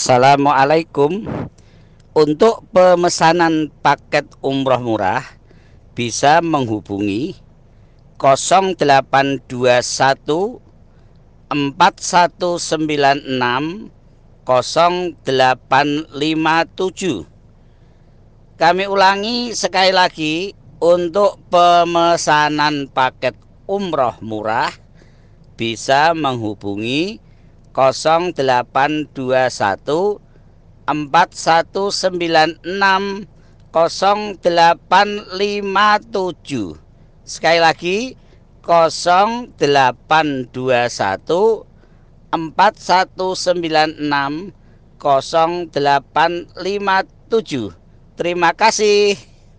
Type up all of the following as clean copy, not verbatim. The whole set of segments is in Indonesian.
Assalamualaikum. Untuk pemesanan paket umroh murah bisa menghubungi 0821 4196 0857. Kami ulangi sekali lagi, untuk pemesanan paket umroh murah bisa menghubungi 0821 4196 0857. Sekali lagi 0821 4196 0857. Terima kasih.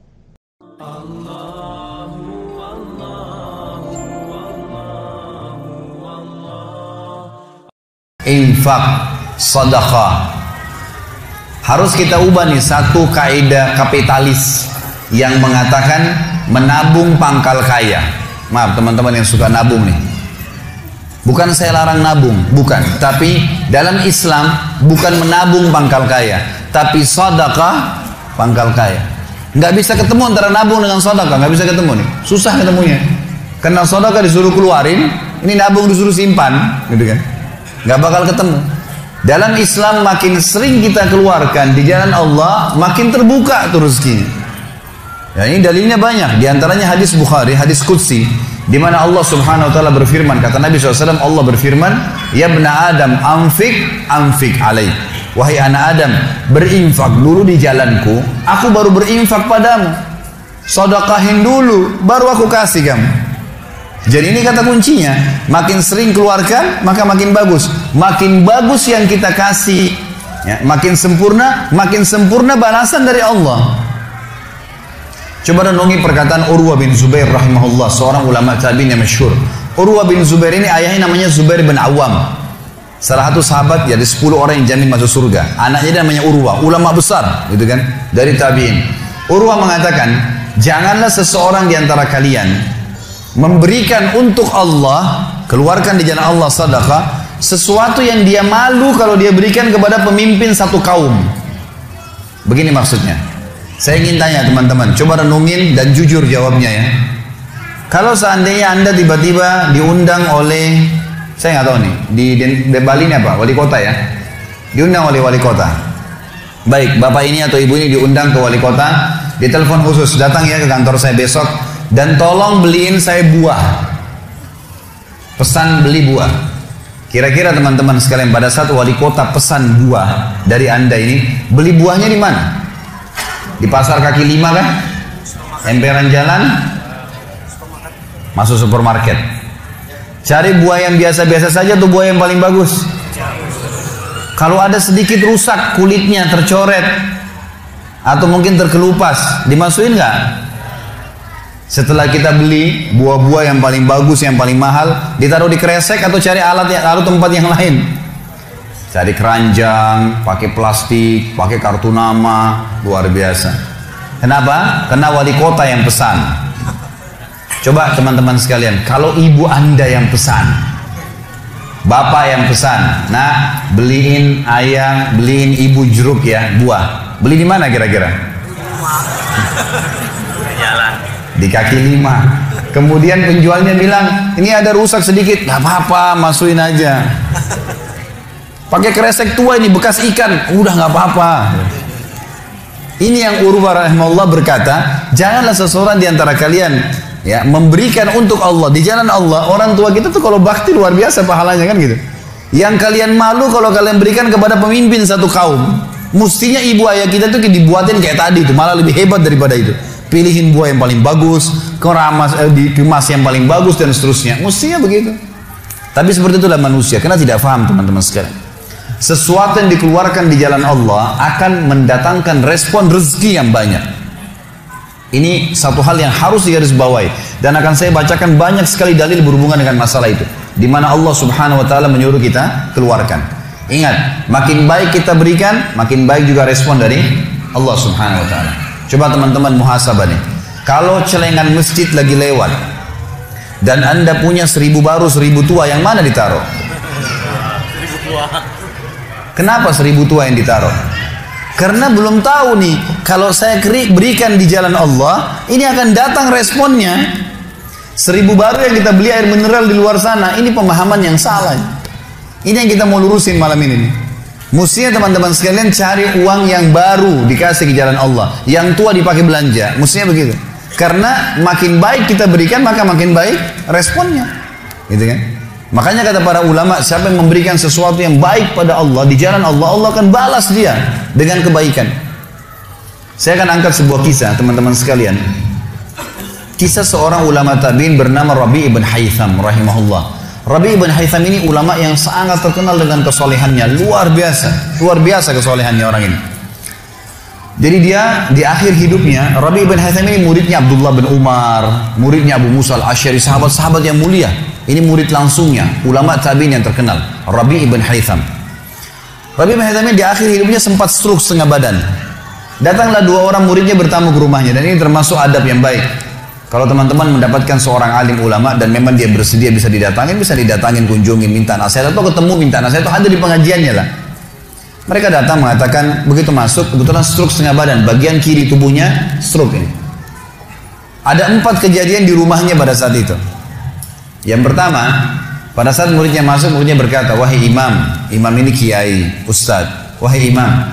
Infak, sedekah. Harus kita ubah nih satu kaidah kapitalis yang mengatakan menabung pangkal kaya. Maaf teman-teman yang suka nabung nih. Bukan saya larang nabung, bukan. Tapi dalam Islam bukan menabung pangkal kaya, tapi sedekah pangkal kaya. Nggak bisa ketemu antara nabung dengan sedekah, nggak bisa ketemu nih. Susah ketemunya. Karena sedekah disuruh keluarin, ini nabung disuruh simpan, gitu kan? Nggak bakal ketemu. Dalam Islam makin sering kita keluarkan di jalan Allah, makin terbuka tuh rezekinya. Ya, ini dalilnya banyak. Di antaranya hadis Bukhari, hadis Qudsi, di mana Allah Subhanahu wa taala berfirman, kata Nabi SAW, Allah berfirman, "Ya bna Adam, anfik alaik." Wahai anak Adam, berinfak dulu di jalanku, aku baru berinfak padamu. Sedekahin dulu, baru aku kasih kamu. Jadi ini kata kuncinya, makin sering keluarkan maka makin bagus. Makin bagus yang kita kasih, ya, makin sempurna balasan dari Allah. Coba renungi perkataan Urwah bin Zubair rahimahullah, seorang ulama tabi'in yang masyhur. Urwah bin Zubair ini ayahnya namanya Zubair bin Awam, salah satu sahabat ya, dari 10 orang yang jamin masuk surga. Anaknya namanya Urwah, ulama besar gitu kan, dari tabi'in. Urwah mengatakan, janganlah seseorang di antara kalian memberikan untuk Allah, keluarkan di jalan Allah sedekah, sesuatu yang dia malu kalau dia berikan kepada pemimpin satu kaum. Begini maksudnya. Saya ingin tanya teman-teman, coba renungin dan jujur jawabnya ya. Kalau seandainya Anda tiba-tiba diundang oleh, saya nggak tahu nih, di Bali ini apa? Wali kota ya? Diundang oleh wali kota. Baik, bapak ini atau ibu ini diundang ke wali kota, ditelepon khusus, datang ya ke kantor saya besok, dan tolong beliin saya buah. Pesan beli buah. Kira-kira teman-teman sekalian, pada saat wali kota pesan buah dari Anda ini, beli buahnya di mana? Di pasar kaki 5 kan? Emperan jalan? Masuk supermarket. Cari buah yang biasa-biasa saja tuh, buah yang paling bagus. Kalau ada sedikit rusak kulitnya, tercoret, atau mungkin terkelupas, dimasukin nggak? Setelah kita beli buah-buah yang paling bagus, yang paling mahal, ditaruh di kresek atau cari alat yang taruh tempat yang lain. Cari keranjang, pakai plastik, pakai kartu nama, luar biasa. Kenapa? Karena wali kota yang pesan. Coba teman-teman sekalian, kalau ibu Anda yang pesan, bapak yang pesan, nah beliin ayah, beliin ibu jeruk ya, buah. Beli di mana kira-kira? Di kaki 5. Kemudian penjualnya bilang, ini ada rusak sedikit, nggak apa-apa, masukin aja. Pakai kresek tua ini, bekas ikan, udah nggak apa-apa. Ini yang Urwah rahimahullah berkata, janganlah seseorang di antara kalian ya memberikan untuk Allah di jalan Allah. Orang tua kita tuh kalau bakti luar biasa pahalanya kan gitu. Yang kalian malu kalau kalian berikan kepada pemimpin satu kaum. Mestinya ibu ayah kita tuh dibuatin kayak tadi tuh, malah lebih hebat daripada itu. Pilihin buah yang paling bagus, dikemas yang paling bagus dan seterusnya. Mestinya begitu. Tapi seperti itulah manusia, karena tidak paham teman-teman sekalian. Sesuatu yang dikeluarkan di jalan Allah akan mendatangkan respon rezeki yang banyak. Ini satu hal yang harus digarisbawahi, dan akan saya bacakan banyak sekali dalil berhubungan dengan masalah itu, di mana Allah Subhanahu wa taala menyuruh kita keluarkan. Ingat, makin baik kita berikan, makin baik juga respon dari Allah Subhanahu wa taala. Coba teman-teman muhasabah nih. Kalau celengan masjid lagi lewat dan Anda punya 1000 baru 1000 tua, yang mana ditaruh? 1000 tua. Kenapa 1000 tua yang ditaruh? Karena belum tahu nih, kalau saya berikan di jalan Allah, ini akan datang responnya. 1000 baru yang kita beli air mineral di luar sana, ini pemahaman yang salah. Ini yang kita mau lurusin malam ini nih. Mestinya teman-teman sekalian cari uang yang baru dikasih ke jalan Allah, yang tua dipakai belanja. Mestinya begitu. Karena makin baik kita berikan, maka makin baik responnya. Gitu kan? Makanya kata para ulama, siapa yang memberikan sesuatu yang baik pada Allah di jalan Allah, Allah akan balas dia dengan kebaikan. Saya akan angkat sebuah kisah teman-teman sekalian. Kisah seorang ulama tabi'in bernama Rabi' ibn Haytham rahimahullah. Rabi' ibn Haytham ini ulama yang sangat terkenal dengan kesolehannya, luar biasa kesolehannya orang ini. Jadi dia di akhir hidupnya, Rabi' ibn Haytham ini muridnya Abdullah bin Umar, muridnya Abu Musa al-Asy'ari, sahabat-sahabat yang mulia. Ini murid langsungnya, ulama tabi'in yang terkenal, Rabi' ibn Haytham. Rabi' ibn Haytham ini di akhir hidupnya sempat stroke setengah badan. Datanglah 2 orang muridnya bertamu ke rumahnya, dan ini termasuk adab yang baik. Kalau teman-teman mendapatkan seorang alim ulama dan memang dia bersedia bisa didatangin, kunjungin, minta nasihat, atau ketemu minta nasihat, atau ada di pengajiannya lah. Mereka datang mengatakan, begitu masuk, kebetulan stroke setengah badan, bagian kiri tubuhnya stroke ini. Ada 4 kejadian di rumahnya pada saat itu. Yang pertama, pada saat muridnya masuk, muridnya berkata, wahai imam ini kiai, ustadz, wahai imam,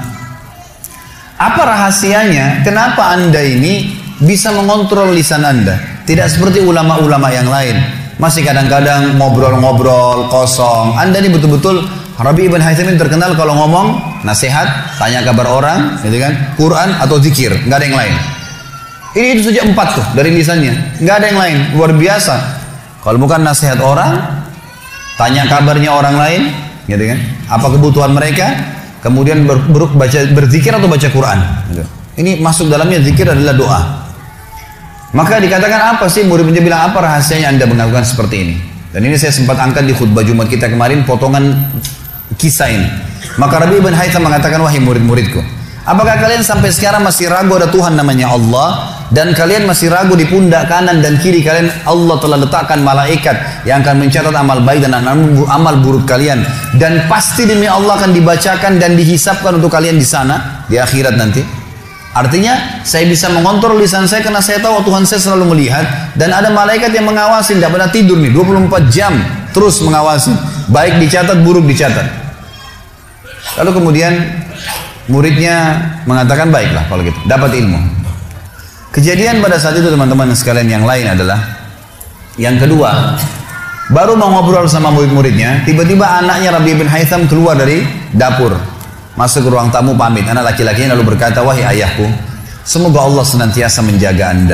apa rahasianya, kenapa anda ini bisa mengontrol lisan anda? Tidak seperti ulama-ulama yang lain, masih kadang-kadang ngobrol-ngobrol kosong. Anda ini betul-betul, Rabi' ibn Haytham ini terkenal kalau ngomong, nasihat, tanya kabar orang, gitu kan, Quran atau zikir, nggak ada yang lain. Ini itu saja 4 tuh dari lisannya, nggak ada yang lain, luar biasa. Kalau bukan nasihat orang, tanya kabarnya orang lain, gitu kan, apa kebutuhan mereka, kemudian berzikir atau baca Quran. Gitu. Ini masuk dalamnya, zikir adalah doa. Maka dikatakan apa sih, murid-muridnya bilang, apa rahasianya anda melakukan seperti ini? Dan ini saya sempat angkat di khutbah Jumat kita kemarin, potongan kisah ini. Maka Rabi' ibn Haytham mengatakan, wahai murid-muridku, apakah kalian sampai sekarang masih ragu ada Tuhan namanya Allah, dan kalian masih ragu di pundak kanan dan kiri kalian Allah telah letakkan malaikat yang akan mencatat amal baik dan amal buruk kalian, dan pasti demi Allah akan dibacakan dan dihisapkan untuk kalian di sana di akhirat nanti? Artinya saya bisa mengontrol lisan saya karena saya tahu Tuhan saya selalu melihat, dan ada malaikat yang mengawasi, tidak pernah tidur nih, 24 jam terus mengawasi, baik dicatat buruk dicatat. Lalu kemudian muridnya mengatakan, baiklah kalau gitu, dapat ilmu. Kejadian pada saat itu teman-teman sekalian yang lain adalah, yang kedua, baru mau ngobrol sama murid-muridnya, tiba-tiba anaknya Rabi' ibn Haytham keluar dari dapur, masuk ke ruang tamu pamit. Anak laki-lakinya lalu berkata, wahai ayahku, semoga Allah senantiasa menjaga anda.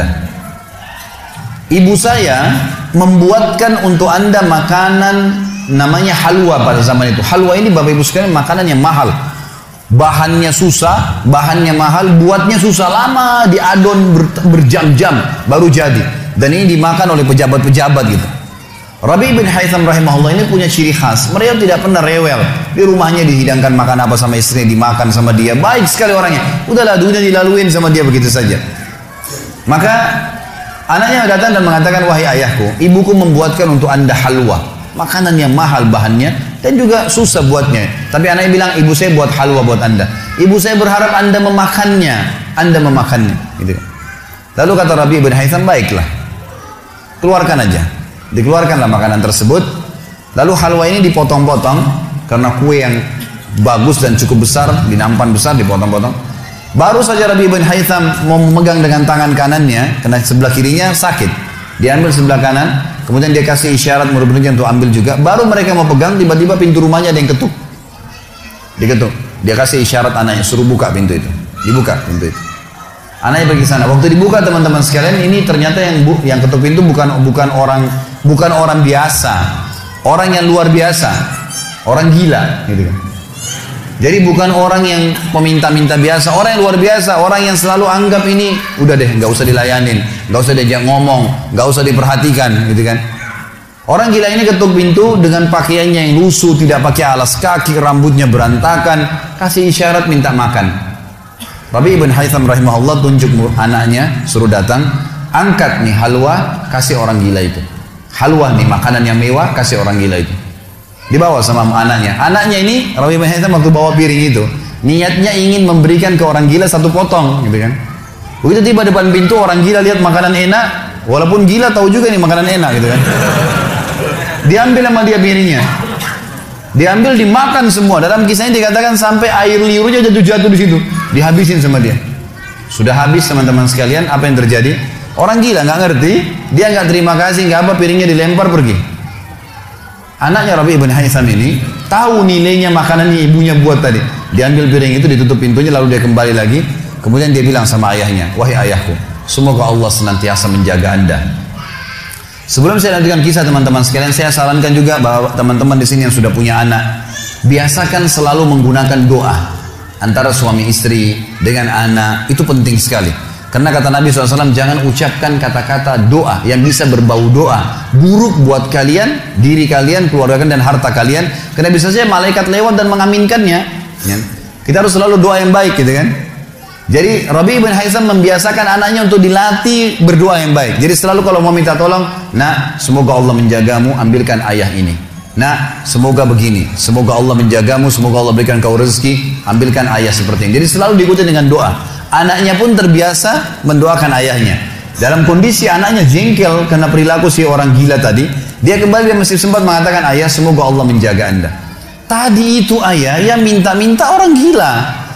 Ibu saya membuatkan untuk anda makanan namanya halwa pada zaman itu. Halwa ini Bapak Ibu sekalian makanan yang mahal. Bahannya susah, bahannya mahal, buatnya susah, lama diadon berjam-jam baru jadi. Dan ini dimakan oleh pejabat-pejabat gitu. Rabi' ibn Haytham rahimahullah ini punya ciri khas, mereka tidak pernah rewel. Di rumahnya dihidangkan makan apa sama istrinya, dimakan sama dia, baik sekali orangnya. Udahlah, dunia dilaluin sama dia begitu saja. Maka anaknya datang dan mengatakan, wahai ayahku, ibuku membuatkan untuk anda halwa, makanan yang mahal bahannya dan juga susah buatnya. Tapi anaknya bilang, ibu saya buat halwa buat anda. Ibu saya berharap anda memakannya, gitu. Lalu kata Rabi' ibn Haytham, baiklah, keluarkan aja. Dikeluarkanlah makanan tersebut. Lalu halwa ini dipotong-potong, karena kue yang bagus dan cukup besar, di nampan besar dipotong-potong. Baru saja Rabi' ibn Haytham mau memegang dengan tangan kanannya, karena sebelah kirinya sakit, diambil sebelah kanan, kemudian dia kasih isyarat murid-muridnya untuk ambil juga. Baru mereka mau pegang, tiba-tiba pintu rumahnya ada yang ketuk, diketuk. Dia kasih isyarat anaknya, suruh buka pintu itu. Dibuka pintu itu. Anaknya pergi sana. Waktu dibuka teman-teman sekalian, ini ternyata yang ketuk pintu bukan orang biasa, orang yang luar biasa, orang gila, gitu kan. Jadi bukan orang yang peminta-minta biasa, orang yang luar biasa, orang yang selalu anggap ini udah deh, nggak usah dilayanin, nggak usah diajak ngomong, nggak usah diperhatikan, gitu kan. Orang gila ini ketuk pintu dengan pakaiannya yang lusuh, tidak pakai alas kaki, rambutnya berantakan, kasih isyarat minta makan. Rabi' ibn Haytham rahimahullah tunjuk anaknya, suruh datang, angkat nih halwa, kasih orang gila itu. Halwa nih, makanan yang mewah, kasih orang gila itu. Dibawa sama anaknya. Anaknya ini Rabi bin Haytham waktu bawa piring itu, niatnya ingin memberikan ke orang gila satu potong, gitu kan. Begitu tiba depan pintu, orang gila lihat makanan enak, walaupun gila tahu juga nih makanan enak, gitu kan. Diambil sama dia piringnya. Diambil, dimakan semua. Dalam kisahnya dikatakan sampai air liurnya jatuh di situ, dihabisin sama dia. Sudah habis teman-teman sekalian, apa yang terjadi? Orang gila nggak ngerti, dia nggak terima kasih, nggak apa, piringnya dilempar pergi. Anaknya Rabi bin Haytham ini tahu nilainya makanan yang ibunya buat tadi. Diambil piring itu, ditutup pintunya, lalu dia kembali lagi. Kemudian dia bilang sama ayahnya, wahai ayahku, semoga Allah senantiasa menjaga anda. Sebelum saya lanjutkan kisah teman-teman sekalian, saya sarankan juga bahwa teman-teman di sini yang sudah punya anak, biasakan selalu menggunakan doa antara suami istri dengan anak. Itu penting sekali. Karena kata Nabi SAW, jangan ucapkan kata-kata doa yang bisa berbau doa buruk buat kalian, diri kalian, keluarga kalian, dan harta kalian. Karena bisa saja malaikat lewat dan mengaminkannya. Kita harus selalu doa yang baik, gitu kan. Jadi Rabi bin Haytham membiasakan anaknya untuk dilatih berdoa yang baik. Jadi selalu kalau mau minta tolong, nak, semoga Allah menjagamu, ambilkan ayah ini. Nak, semoga begini, semoga Allah menjagamu, semoga Allah berikan kau rezeki, ambilkan ayah seperti ini. Jadi selalu diikuti dengan doa. Anaknya pun terbiasa mendoakan ayahnya. Dalam kondisi anaknya jengkel karena perilaku si orang gila tadi, dia kembali, dia masih sempat mengatakan, ayah, semoga Allah menjaga anda. Tadi itu ayah yang minta-minta orang gila.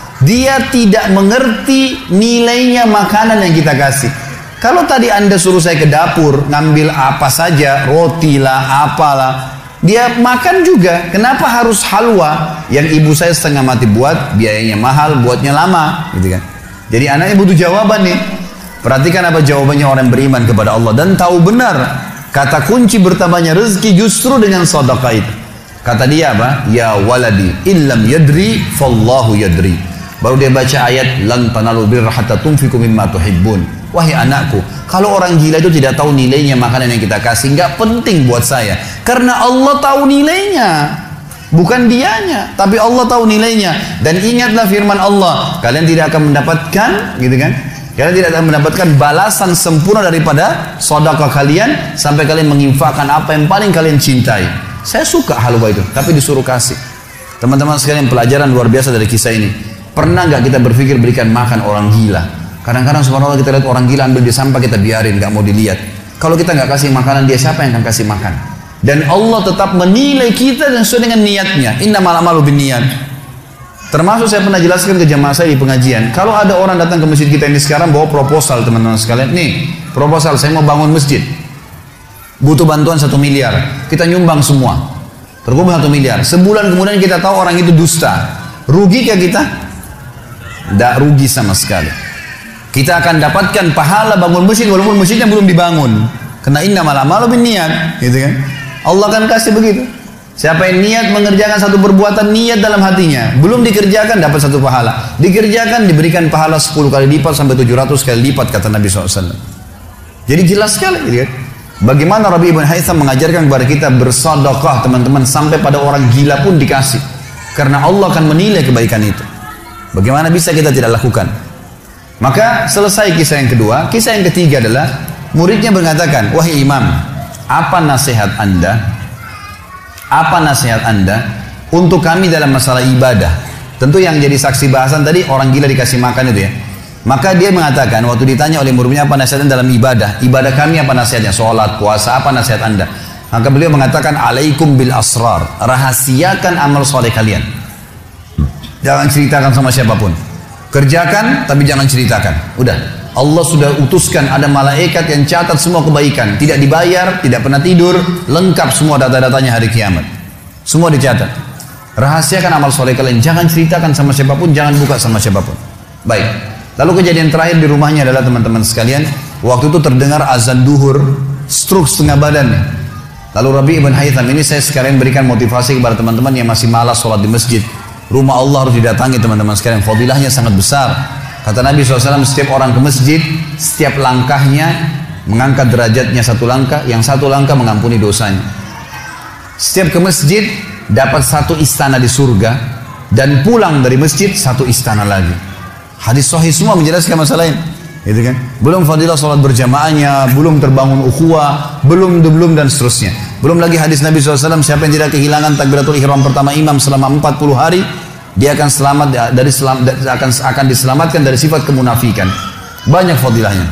Dia tidak mengerti nilainya makanan yang kita kasih. Kalau tadi anda suruh saya ke dapur ngambil apa saja, roti lah, apalah, dia makan juga. Kenapa harus halwa yang ibu saya setengah mati buat, biayanya mahal, buatnya lama, gitu kan? Jadi anaknya butuh jawaban nih. Perhatikan apa jawabannya orang beriman kepada Allah dan tahu benar kata kunci bertambahnya rezeki justru dengan sedekah itu. Kata dia apa? Ya waladi illam yadri fallahu yadri. Baru dia baca ayat lan tanalul birra hatta tunfiqu mimma tuhibbun. Wahai anakku, kalau orang gila itu tidak tahu nilainya makanan yang kita kasih, nggak penting buat saya. Karena Allah tahu nilainya. Bukan dianya, tapi Allah tahu nilainya. Dan ingatlah firman Allah, kalian tidak akan mendapatkan, gitu kan? Kalian tidak akan mendapatkan balasan sempurna daripada sedekah kalian sampai kalian menginfakkan apa yang paling kalian cintai. Saya suka halwa itu, tapi disuruh kasih. Teman-teman sekalian, pelajaran luar biasa dari kisah ini. Pernah nggak kita berpikir berikan makan orang gila? Kadang-kadang subhanallah kita lihat orang gila ambil di sampah, kita biarin, nggak mau dilihat. Kalau kita nggak kasih makanan dia, siapa yang akan kasih makan? Dan Allah tetap menilai kita dan sesuai dengan niatnya. Innamal a'malu binniyat. Termasuk saya pernah jelaskan ke jamaah saya di pengajian, kalau ada orang datang ke masjid kita ini sekarang bawa proposal, teman-teman sekalian, nih proposal, saya mau bangun masjid, butuh bantuan 1 miliar, kita nyumbang semua, terkumpul 1 miliar. Sebulan kemudian kita tahu orang itu dusta, rugi kah kita? Tidak rugi sama sekali. Kita akan dapatkan pahala bangun masjid walaupun masjidnya belum dibangun. Karena innamal a'malu binniyat, gitu kan? Allah akan kasih begitu. Siapa yang niat mengerjakan satu perbuatan, niat dalam hatinya, belum dikerjakan dapat 1 pahala, dikerjakan diberikan pahala 10 kali lipat sampai 700 kali lipat, kata Nabi SAW. Jadi jelas sekali, gitu kan? Bagaimana Rabi bin Haytham mengajarkan kepada kita bersedekah, teman-teman, sampai pada orang gila pun dikasih. Karena Allah akan menilai kebaikan itu. Bagaimana bisa kita tidak lakukan? Maka selesai kisah yang kedua. Kisah yang ketiga adalah muridnya mengatakan, wahai imam, apa nasihat anda? Apa nasihat anda untuk kami dalam masalah ibadah? Tentu yang jadi saksi bahasan tadi orang gila dikasih makan itu ya. Maka dia mengatakan waktu ditanya oleh muridnya apa nasihatnya dalam ibadah? Ibadah kami apa nasihatnya? Sholat, puasa, apa nasihat anda? Maka beliau mengatakan, alaikum bil asrar, rahasiakan amal soleh kalian. Jangan ceritakan sama siapapun. Kerjakan tapi jangan ceritakan. Udah, Allah sudah utuskan ada malaikat yang catat semua kebaikan, tidak dibayar, tidak pernah tidur, lengkap semua data-datanya hari kiamat. Semua dicatat. Rahasiakan amal soleh kalian, jangan ceritakan sama siapapun, jangan buka sama siapapun. Baik. Lalu kejadian terakhir di rumahnya adalah teman-teman sekalian, waktu itu terdengar azan duhur, stroke setengah badannya. Lalu Rabi bin Haytham ini saya sekarang berikan motivasi kepada teman-teman yang masih malas sholat di masjid. Rumah Allah harus didatangi teman-teman sekalian, fadilahnya sangat besar. Kata Nabi SAW, setiap orang ke masjid, setiap langkahnya mengangkat derajatnya 1 langkah, yang 1 langkah mengampuni dosanya. Setiap ke masjid dapat 1 istana di surga, dan pulang dari masjid 1 istana lagi. Hadis sahih semua menjelaskan masalah ini, gitu kan? Belum fadilah sholat berjamaahnya, belum terbangun ukhuwah, belum dan seterusnya. Belum lagi hadis Nabi SAW, siapa yang tidak kehilangan takbiratul ihram pertama imam selama 40 hari, dia akan selamat dari akan diselamatkan dari sifat kemunafikan. Banyak fadilahnya.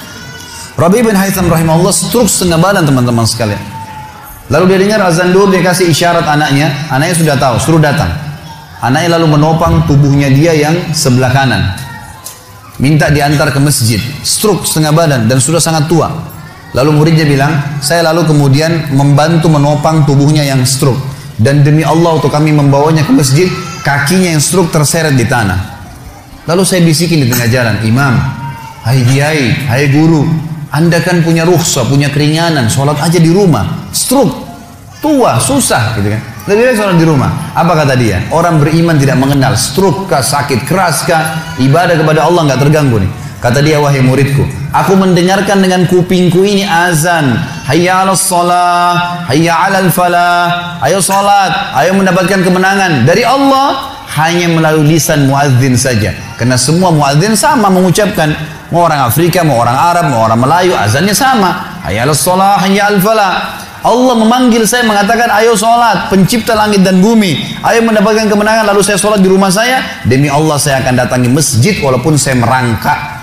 Rabi bin Haytham rahimahullah stroke setengah badan teman-teman sekalian. Lalu dia dengar azan duhur, dia kasih isyarat anaknya sudah tahu, suruh datang. Anaknya lalu menopang tubuhnya dia yang sebelah kanan, minta diantar ke masjid. Stroke setengah badan dan sudah sangat tua. Lalu muridnya bilang, saya lalu kemudian membantu menopang tubuhnya yang stroke, dan demi Allah untuk kami membawanya ke masjid, kakinya yang stroke terseret di tanah. Lalu saya bisikin di tengah jalan, imam, hai kiai, hai guru, anda kan punya rukhsah, punya keringanan, sholat aja di rumah. Stroke, tua, susah gitu kan. Lebih baik sholat di rumah. Apa kata dia? Orang beriman tidak mengenal stroke kah, sakit keras kah, ibadah kepada Allah nggak terganggu nih. Kata dia, wahai muridku, aku mendengarkan dengan kupingku ini azan, hayya 'alas shalah, hayya 'alal falah, ayo salat, ayo mendapatkan kemenangan dari Allah, hanya melalui lisan muadzin saja. Karena semua muadzin sama mengucapkan, mau orang Afrika, mau orang Arab, mau orang Melayu, azannya sama, hayya 'alas shalah, hayya 'alal falah. Allah memanggil saya mengatakan, ayo sholat, pencipta langit dan bumi, ayo mendapatkan kemenangan. Lalu saya sholat di rumah saya, demi Allah saya akan datangi masjid walaupun saya merangkak.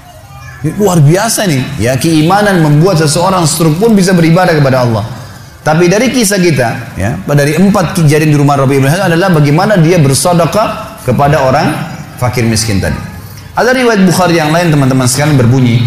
Luar biasa nih, ya, keimanan membuat seseorang stroke pun bisa beribadah kepada Allah. Tapi dari kisah kita, ya, dari 4 kejadian di rumah Rabi' bin Haytham adalah bagaimana dia bersedekah kepada orang fakir miskin tadi. Ada riwayat Bukhari yang lain teman-teman sekalian berbunyi,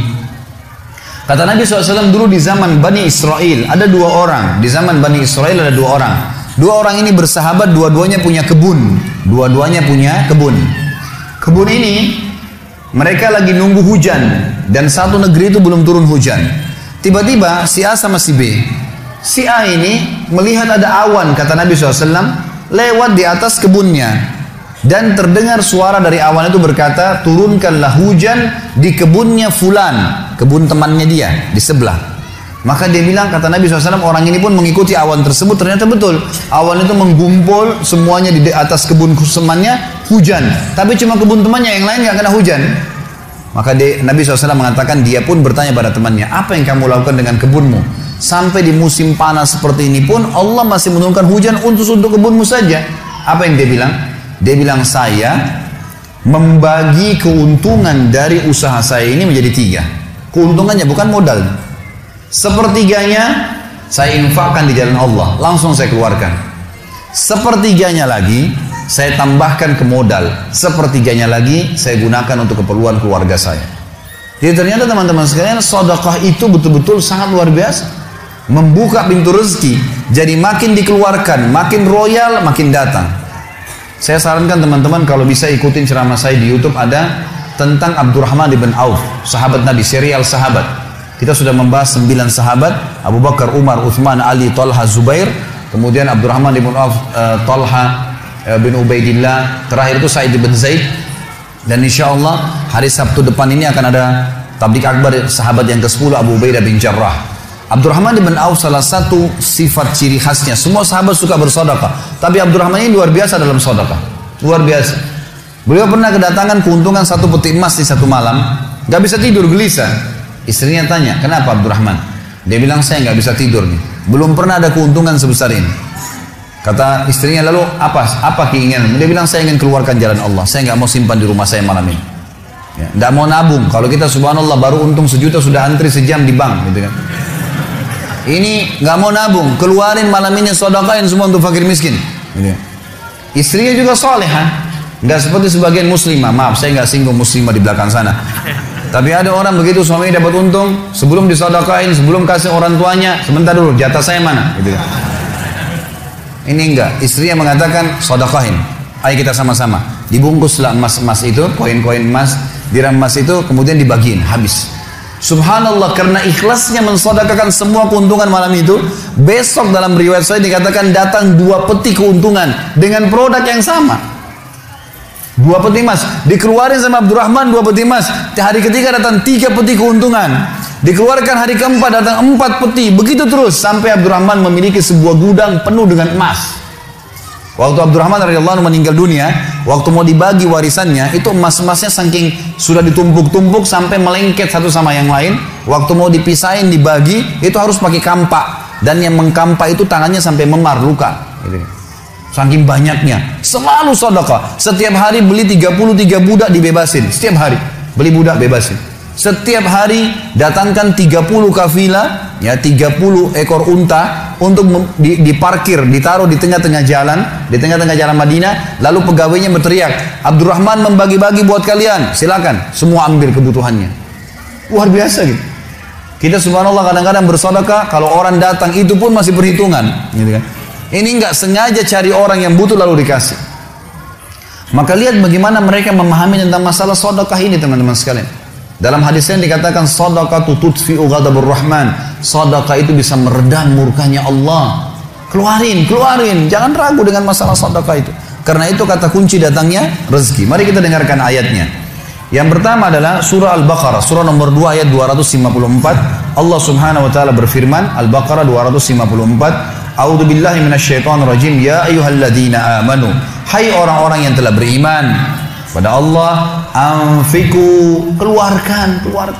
kata Nabi SAW dulu di zaman Bani Israel ada 2 orang. Di zaman Bani Israel ada 2 orang. 2 orang ini bersahabat, dua-duanya punya kebun. Dua-duanya punya kebun. Kebun ini mereka lagi nunggu hujan dan satu negeri itu belum turun hujan. Tiba-tiba si A sama si B. Si A ini melihat ada awan, kata Nabi SAW, lewat di atas kebunnya. Dan terdengar suara dari awan itu berkata, turunkanlah hujan di kebunnya fulan, kebun temannya dia di sebelah. Maka dia bilang, kata Nabi SAW, orang ini pun mengikuti awan tersebut. Ternyata betul, awan itu menggumpul semuanya di atas kebun temannya, hujan. Tapi cuma kebun temannya, yang lain nggak kena hujan. Maka Nabi SAW mengatakan, dia pun bertanya pada temannya, apa yang kamu lakukan dengan kebunmu? Sampai di musim panas seperti ini pun Allah masih menurunkan hujan untuk kebunmu saja. Apa yang dia bilang? Dia bilang, saya membagi keuntungan dari usaha saya ini menjadi 3. Keuntungannya bukan modal. Sepertiganya saya infakkan di jalan Allah, langsung saya keluarkan. Sepertiganya lagi saya tambahkan ke modal. Sepertiganya lagi saya gunakan untuk keperluan keluarga saya. Jadi ternyata teman-teman sekalian, sedekah itu betul-betul sangat luar biasa. Membuka pintu rezeki. Jadi makin dikeluarkan, makin royal, makin datang. Saya sarankan teman-teman kalau bisa ikutin ceramah saya di YouTube, ada tentang Abdurrahman bin Auf, sahabat Nabi, serial sahabat. Kita sudah membahas 9 sahabat, Abu Bakar, Umar, Uthman, Ali, Talha, Zubair, kemudian Abdurrahman bin Auf, Talha bin Ubaidillah, terakhir itu Sa'id bin Zaid. Dan insya Allah hari Sabtu depan ini akan ada tablik akbar sahabat yang ke-10, Abu Ubaidah bin Jarrah. Abdurrahman bin Auf salah satu sifat ciri khasnya, semua sahabat suka bersedekah, tapi Abdurrahman ini luar biasa dalam sedekah, luar biasa. Beliau pernah kedatangan keuntungan 1 peti emas di satu malam, gak bisa tidur, gelisah. Istrinya tanya, kenapa Abdurrahman? Dia bilang, saya nggak bisa tidur nih, belum pernah ada keuntungan sebesar ini. Kata istrinya, lalu apa keinginan? Dia bilang, saya ingin keluarkan jalan Allah, saya nggak mau simpan di rumah saya malam ini, ya, nggak mau nabung. Kalau kita subhanallah baru untung 1 juta sudah antri sejam di bank gitu kan. Ini nggak mau nabung, keluarin malam ini, sedekahin semua untuk fakir miskin gitu. Istrinya juga solehah, nggak seperti sebagian muslimah. Maaf, saya nggak singgung muslimah di belakang sana. Tapi ada orang begitu, suaminya dapat untung, sebelum disedekahin, sebelum kasih orang tuanya, sebentar dulu, jatah saya mana gitu. Ini enggak, istrinya mengatakan sedekahin, ayo kita sama-sama. Dibungkuslah emas-emas itu, koin-koin emas, dirham emas itu, kemudian dibagiin, habis. Subhanallah, karena ikhlasnya mensedekahkan semua keuntungan malam itu, besok dalam riwayat saya dikatakan datang 2 peti keuntungan dengan produk yang sama. 2 peti emas dikeluarin sama Abdurrahman, 2 peti emas. Hari ketiga datang 3 peti keuntungan, dikeluarkan hari keempat datang 4 peti, begitu terus sampai Abdurrahman memiliki sebuah gudang penuh dengan emas. Waktu Abdurrahman radhiyallahu anhu meninggal dunia, waktu mau dibagi warisannya, itu emas-emasnya saking sudah ditumpuk-tumpuk sampai melengket satu sama yang lain. Waktu mau dipisahin, dibagi, itu harus pakai kampak. Dan yang mengkampak itu tangannya sampai memar, luka. Gitu. Saking banyaknya. Selalu sedekah. Setiap hari beli 33 budak dibebasin. Setiap hari. Beli budak bebasin. Setiap hari datangkan 30 kafilah, ya 30 ekor unta untuk diparkir, ditaruh di tengah-tengah jalan, di tengah-tengah jalan Madinah. Lalu pegawainya berteriak, Abdurrahman membagi-bagi buat kalian, silakan, semua ambil kebutuhannya. Luar biasa gitu. Kita subhanallah kadang-kadang bersedekah, kalau orang datang itu pun masih perhitungan, gitu kan. Ini nggak sengaja cari orang yang butuh lalu dikasih. Maka lihat bagaimana mereka memahami tentang masalah sedekah ini, teman-teman sekalian. Dalam hadis yang dikatakan sadaqatu tudfi'u ghadabur rahman. Sedekah itu bisa meredam murkanya Allah. Keluarin, jangan ragu dengan masalah sedekah itu. Karena itu kata kunci datangnya rezeki. Mari kita dengarkan ayatnya. Yang pertama adalah surah Al-Baqarah, surah nomor 2 ayat 254. Allah Subhanahu wa taala berfirman, Al-Baqarah 254, A'udzu billahi minasyaitonir rajim, ya ayyuhalladzina amanu. Hai orang-orang yang telah beriman pada Allah, anfiku, keluarkan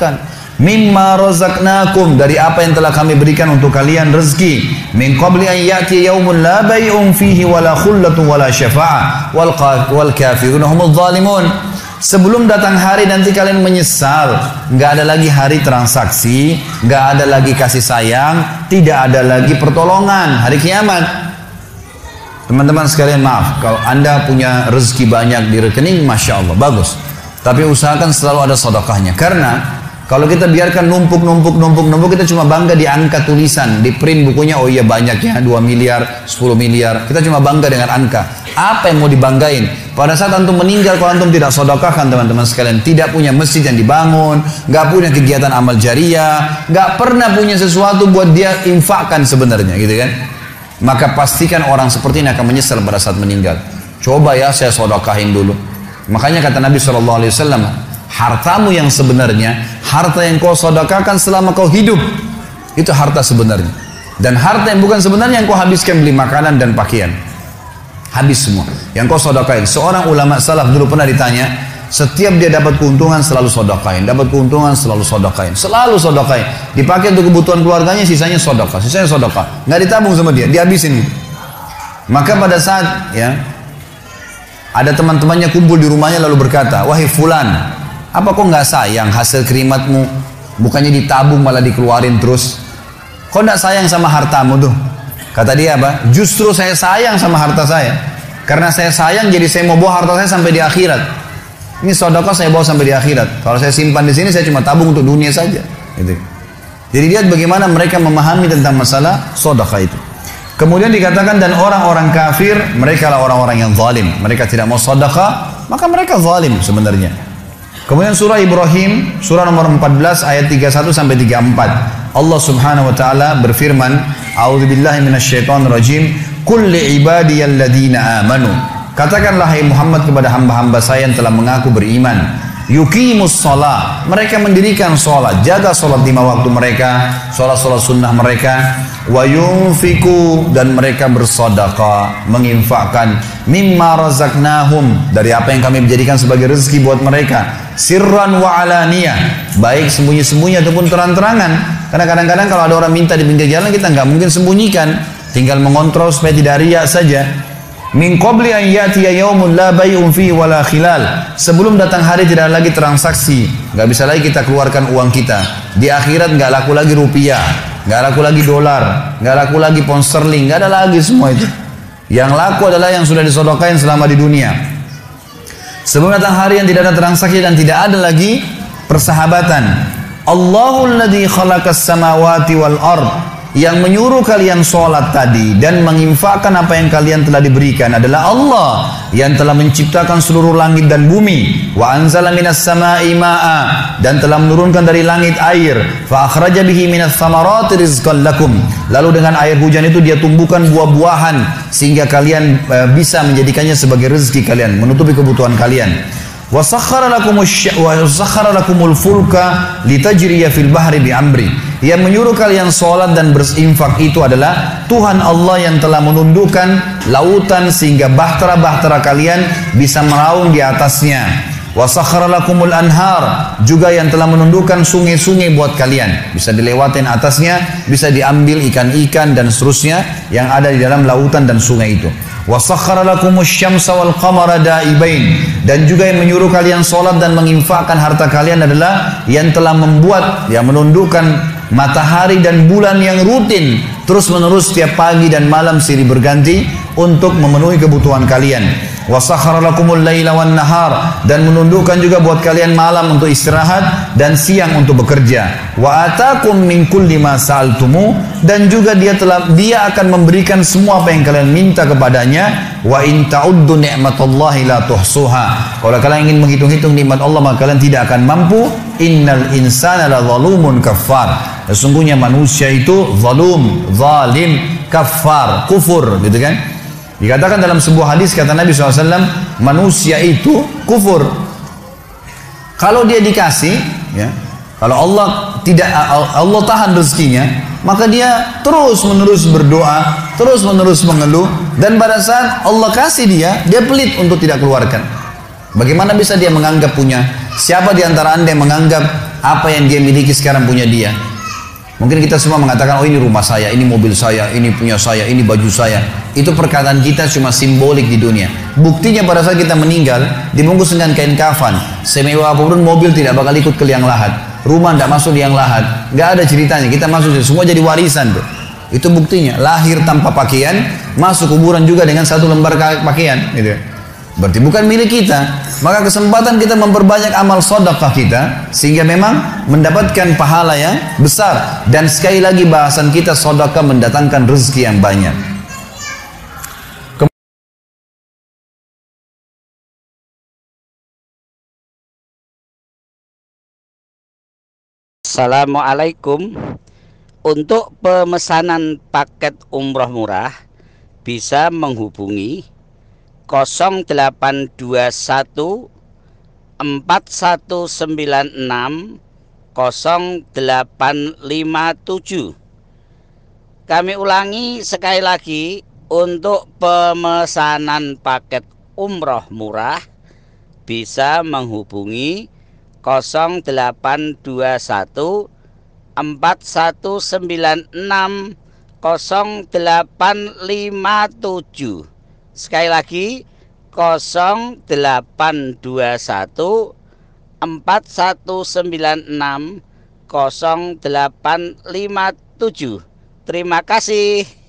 mimma razaqnakum, dari apa yang telah kami berikan untuk kalian rezeki, min qabli an ya'ti yaumun la bay'un fihi wala khullatun wala syafa'ah wal kafirun humudz zalimun. Sebelum datang hari nanti kalian menyesal, nggak ada lagi hari transaksi, nggak ada lagi kasih sayang, tidak ada lagi pertolongan, hari kiamat. Teman-teman sekalian, maaf, kalau anda punya rezeki banyak di rekening, Masya Allah, bagus. Tapi usahakan selalu ada sedekahnya. Karena kalau kita biarkan numpuk, kita cuma bangga di angka tulisan, di print bukunya, oh iya banyaknya, 2 miliar, 10 miliar. Kita cuma bangga dengan angka. Apa yang mau dibanggain? Pada saat antum meninggal, kalau antum tidak sedekahkan, teman-teman sekalian, tidak punya masjid yang dibangun, nggak punya kegiatan amal jariah, nggak pernah punya sesuatu buat dia infakkan sebenarnya, gitu kan? Maka pastikan orang seperti ini akan menyesal pada saat meninggal. Coba ya saya sedekahin dulu. Makanya kata Nabi SAW, hartamu yang sebenarnya, harta yang kau sedekahkan selama kau hidup, itu harta sebenarnya. Dan harta yang bukan sebenarnya yang kau habiskan beli makanan dan pakaian, habis semua. Yang kau sedekahin. Seorang ulama salaf dulu pernah ditanya, setiap dia dapat keuntungan selalu sedekahin, dapat keuntungan selalu sedekahin, selalu sedekahin. Dipakai untuk kebutuhan keluarganya, sisanya sedekah, nggak ditabung sama dia, dihabisin. Maka pada saat ya ada teman-temannya kumpul di rumahnya lalu berkata, wahai fulan, apa kok nggak sayang hasil kerimatmu, bukannya ditabung malah dikeluarin terus? Kok nggak sayang sama hartamu tuh? Kata dia apa? Justru saya sayang sama harta saya, karena saya sayang jadi saya mau bawa harta saya sampai di akhirat. Ini sedekah saya bawa sampai di akhirat. Kalau saya simpan di sini, saya cuma tabung untuk dunia saja. Gitu. Jadi lihat bagaimana mereka memahami tentang masalah sedekah itu. Kemudian dikatakan, dan orang-orang kafir, mereka lah orang-orang yang zalim. Mereka tidak mau sedekah, maka mereka zalim sebenarnya. Kemudian surah Ibrahim, surah nomor 14 ayat 31 sampai 34. Allah Subhanahu wa taala berfirman, A'udzubillahi minasyaitonir rajim, qul li ibadiyalladzina amanu. Katakanlah hai Muhammad kepada hamba-hamba saya yang telah mengaku beriman, yuqimus shalah, mereka mendirikan sholat, jaga sholat 5 waktu mereka, sholat sunnah mereka, wa yunfiku, dan mereka bersedekah, menginfakkan, mimma razaqnahum, dari apa yang kami menjadikan sebagai rezeki buat mereka, sirran wa alaniyah, baik sembunyi-sembunyi ataupun terang-terangan. Karena kadang-kadang kalau ada orang minta di pinggir jalan, kita nggak mungkin sembunyikan, tinggal mengontrol supaya tidak riya saja. Min qabli an ya'tiya yaumun la bay'un fihi wala khilal, sebelum datang hari tidak lagi transaksi, nggak bisa lagi kita keluarkan uang kita. Di akhirat nggak laku lagi rupiah, nggak laku lagi dolar, nggak laku lagi pound sterling, nggak ada lagi semua itu. Yang laku adalah yang sudah disedekahkan selama di dunia. Sebelum datang hari yang tidak ada transaksi dan tidak ada lagi persahabatan. Allahul ladzi khalaqas samawati wal ard, yang menyuruh kalian sholat tadi dan menginfakkan apa yang kalian telah diberikan adalah Allah yang telah menciptakan seluruh langit dan bumi. Wa anzala minas sama'i ma'a, dan telah menurunkan dari langit air. Fa akhraja bihi minas thamarati rizqan lakum, lalu dengan air hujan itu dia tumbuhkan buah-buahan sehingga kalian bisa menjadikannya sebagai rezeki kalian, menutupi kebutuhan kalian. Wa sakhkhara lakumul fulka litajriya fil bahri bi amri, yang menyuruh kalian sholat dan berinfak itu adalah Tuhan Allah yang telah menundukkan lautan sehingga bahtera-bahtera kalian bisa meraung di atasnya. Wa sakhkhara lakumul anhar, juga yang telah menundukkan sungai-sungai buat kalian. Bisa dilewatin atasnya, bisa diambil ikan-ikan dan seterusnya yang ada di dalam lautan dan sungai itu. Wa sakhkhara lakumus syamsa wal qamara da'ibain, dan juga yang menyuruh kalian salat dan menginfakkan harta kalian adalah yang telah membuat, yang menundukkan matahari dan bulan yang rutin terus menerus setiap pagi dan malam silih berganti untuk memenuhi kebutuhan kalian. Wa sakhkhara lakumul laila wan nahar, dan menundukkan juga buat kalian malam untuk istirahat dan siang untuk bekerja. Wa atakum min kulli ma sa'altumu, dan juga dia akan memberikan semua apa yang kalian minta kepadanya. Wa in ta'uddu ni'matallahi la tuhsuha, kalau kalian ingin menghitung-hitung nikmat Allah maka kalian tidak akan mampu. Innal insana la zalumun kafar, sesungguhnya manusia itu zalim, kafar, kufur, gitu kan. Dikatakan dalam sebuah hadis, kata Nabi SAW, manusia itu kufur kalau dia dikasih, ya, kalau Allah tahan rezekinya, maka dia terus menerus berdoa, terus menerus mengeluh, dan pada saat Allah kasih dia pelit untuk tidak keluarkan. Bagaimana bisa dia menganggap punya? Siapa di antara anda yang menganggap apa yang dia miliki sekarang punya dia? Mungkin kita semua mengatakan, oh ini rumah saya, ini mobil saya, ini punya saya, ini baju saya. Itu perkataan kita cuma simbolik di dunia. Buktinya pada saat kita meninggal, dibungkus dengan kain kafan, semewah apapun mobil tidak bakal ikut ke liang lahat, rumah tidak masuk liang lahat, nggak ada ceritanya. Kita masuk semua jadi warisan tuh. Itu buktinya. Lahir tanpa pakaian, masuk kuburan juga dengan satu lembar pakaian, gitu. Berarti bukan milik kita. Maka kesempatan kita memperbanyak amal sedekah kita, sehingga memang mendapatkan pahala yang besar. Dan sekali lagi bahasan kita, sedekah mendatangkan rezeki yang banyak. Assalamualaikum. Untuk pemesanan paket umroh murah bisa menghubungi 0821 4196 0857. Kami ulangi sekali lagi, untuk pemesanan paket umroh murah bisa menghubungi 0821 4196 0857. Sekali lagi, 0821 4196 0857. Terima kasih.